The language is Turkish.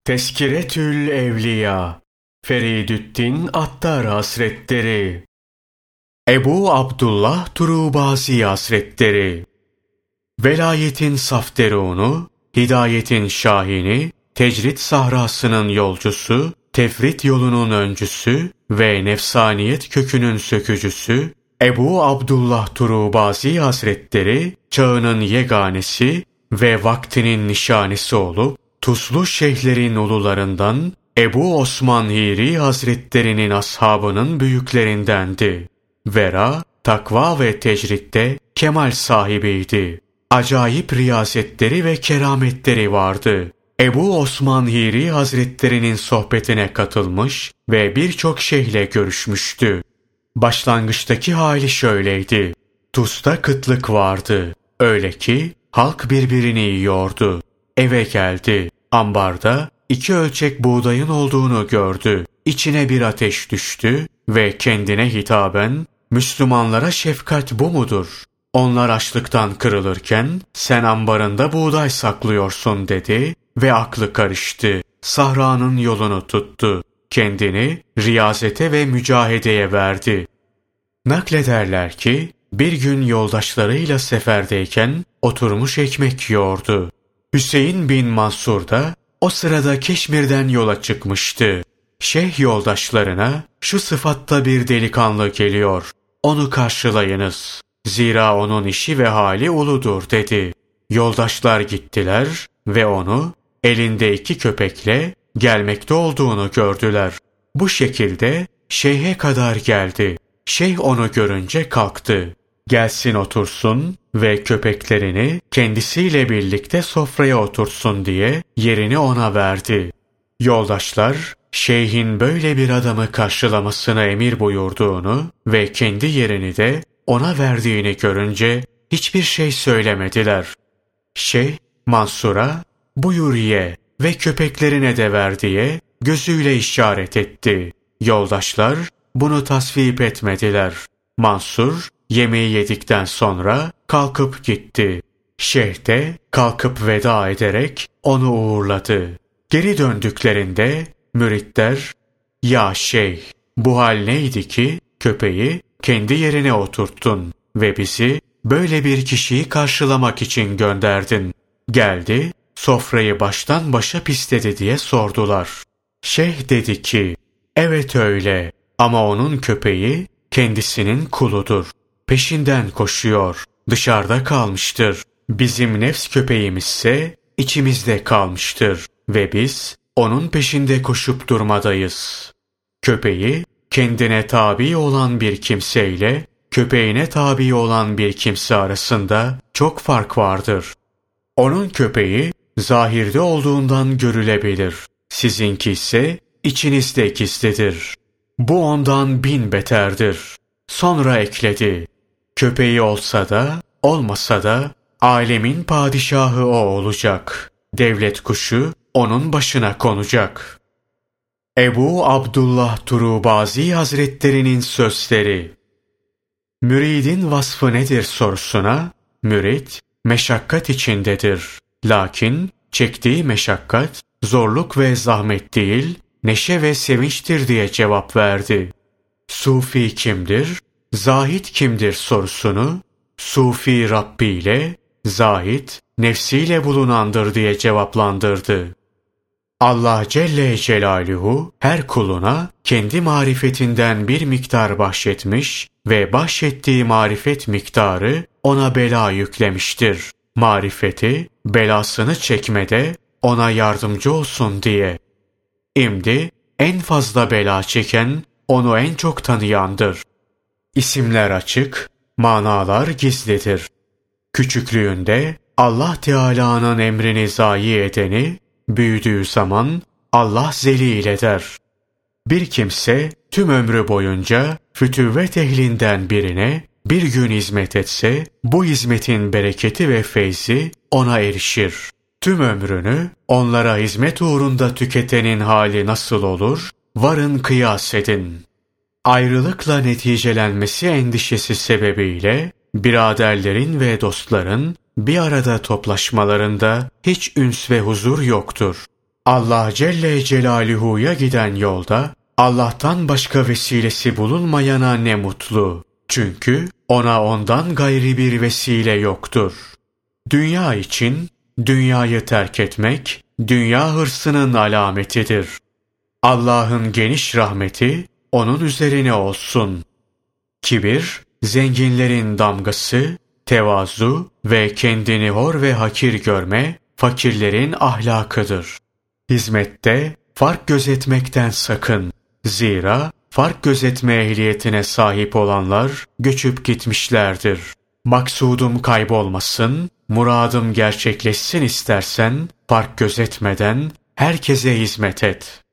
Tezkiretül Evliya Feridüddin Attar Hazretleri Ebu Abdullah Turubazi Hazretleri Velayetin safterunu, hidayetin şahini, tecrid sahrasının yolcusu, tefrit yolunun öncüsü ve nefsaniyet kökünün sökücüsü, Ebu Abdullah Turubazi Hazretleri, çağının yeganesi ve vaktinin nişanesi olup, Tuzlu şeyhlerin ulularından Ebu Osman Hiri Hazretlerinin ashabının büyüklerindendi. Vera, takva ve tecritte kemal sahibiydi. Acayip riyazetleri ve kerametleri vardı. Ebu Osman Hiri Hazretlerinin sohbetine katılmış ve birçok şeyhle görüşmüştü. Başlangıçtaki hali şöyleydi. Tuz'da kıtlık vardı. Öyle ki halk birbirini yiyordu. Eve geldi. Ambarda 2 ölçek buğdayın olduğunu gördü. İçine bir ateş düştü ve kendine hitaben, Müslümanlara şefkat bu mudur? Onlar açlıktan kırılırken sen ambarında buğday saklıyorsun dedi ve aklı karıştı. Sahranın yolunu tuttu. Kendini riyazete ve mücahedeye verdi. Naklederler ki bir gün yoldaşlarıyla seferdeyken oturmuş ekmek yiyordu. Hüseyin bin Mansur da o sırada Keşmir'den yola çıkmıştı. Şeyh yoldaşlarına şu sıfatta bir delikanlı geliyor. Onu karşılayınız. Zira onun işi ve hali uludur dedi. Yoldaşlar gittiler ve onu elinde 2 köpekle gelmekte olduğunu gördüler. Bu şekilde şeyhe kadar geldi. Şeyh onu görünce kalktı. Gelsin otursun ve köpeklerini kendisiyle birlikte sofraya otursun diye yerini ona verdi. Yoldaşlar, şeyhin böyle bir adamı karşılamasına emir buyurduğunu ve kendi yerini de ona verdiğini görünce hiçbir şey söylemediler. Şeyh, Mansur'a buyur ye ve köpeklerine de ver diye gözüyle işaret etti. Yoldaşlar bunu tasvip etmediler. Mansur, yemeği yedikten sonra kalkıp gitti. Şeyh de kalkıp veda ederek onu uğurladı. Geri döndüklerinde müritler, "Ya şeyh, bu hal neydi ki köpeği kendi yerine oturttun ve bizi böyle bir kişiyi karşılamak için gönderdin. Geldi, sofrayı baştan başa pisledi" diye sordular. Şeyh dedi ki, "Evet öyle ama onun köpeği kendisinin kuludur. Peşinden koşuyor, dışarıda kalmıştır. Bizim nefs köpeğimizse içimizde kalmıştır ve biz onun peşinde koşup durmadayız. Köpeği kendine tabi olan bir kimseyle köpeğine tabi olan bir kimse arasında çok fark vardır. Onun köpeği zahirde olduğundan görülebilir. Sizinki ise içinizde gizlidir. Bu ondan 1000 beterdir." Sonra ekledi, "Köpeği olsa da olmasa da alemin padişahı o olacak. Devlet kuşu onun başına konacak." Ebu Abdullah Turubazi Hazretlerinin sözleri. Müridin vasfı nedir sorusuna, mürit meşakkat içindedir. Lakin çektiği meşakkat zorluk ve zahmet değil, neşe ve sevinçtir diye cevap verdi. Sufi kimdir? Zahid kimdir sorusunu, Sufi Rabbi ile, zahid nefsiyle bulunandır diye cevaplandırdı. Allah Celle Celaluhu her kuluna kendi marifetinden bir miktar bahşetmiş ve bahşettiği marifet miktarı ona bela yüklemiştir. Marifeti belasını çekmede ona yardımcı olsun diye. İmdi en fazla bela çeken onu en çok tanıyandır. İsimler açık, manalar gizlidir. Küçüklüğünde Allah Teala'nın emrini zayi edeni, büyüdüğü zaman Allah zelil eder. Bir kimse tüm ömrü boyunca fütüvvet ehlinden birine bir gün hizmet etse, bu hizmetin bereketi ve feyzi ona erişir. Tüm ömrünü onlara hizmet uğrunda tüketenin hali nasıl olur? Varın kıyas edin. Ayrılıkla neticelenmesi endişesi sebebiyle biraderlerin ve dostların bir arada toplaşmalarında hiç üns ve huzur yoktur. Allah Celle Celaluhu'ya giden yolda Allah'tan başka vesilesi bulunmayana ne mutlu. Çünkü ona ondan gayri bir vesile yoktur. Dünya için dünyayı terk etmek, dünya hırsının alametidir. Allah'ın geniş rahmeti onun üzerine olsun. Kibir, zenginlerin damgası, tevazu ve kendini hor ve hakir görme, fakirlerin ahlakıdır. Hizmette fark gözetmekten sakın. Zira fark gözetme ehliyetine sahip olanlar göçüp gitmişlerdir. Maksudum kaybolmasın, muradım gerçekleşsin istersen, fark gözetmeden herkese hizmet et.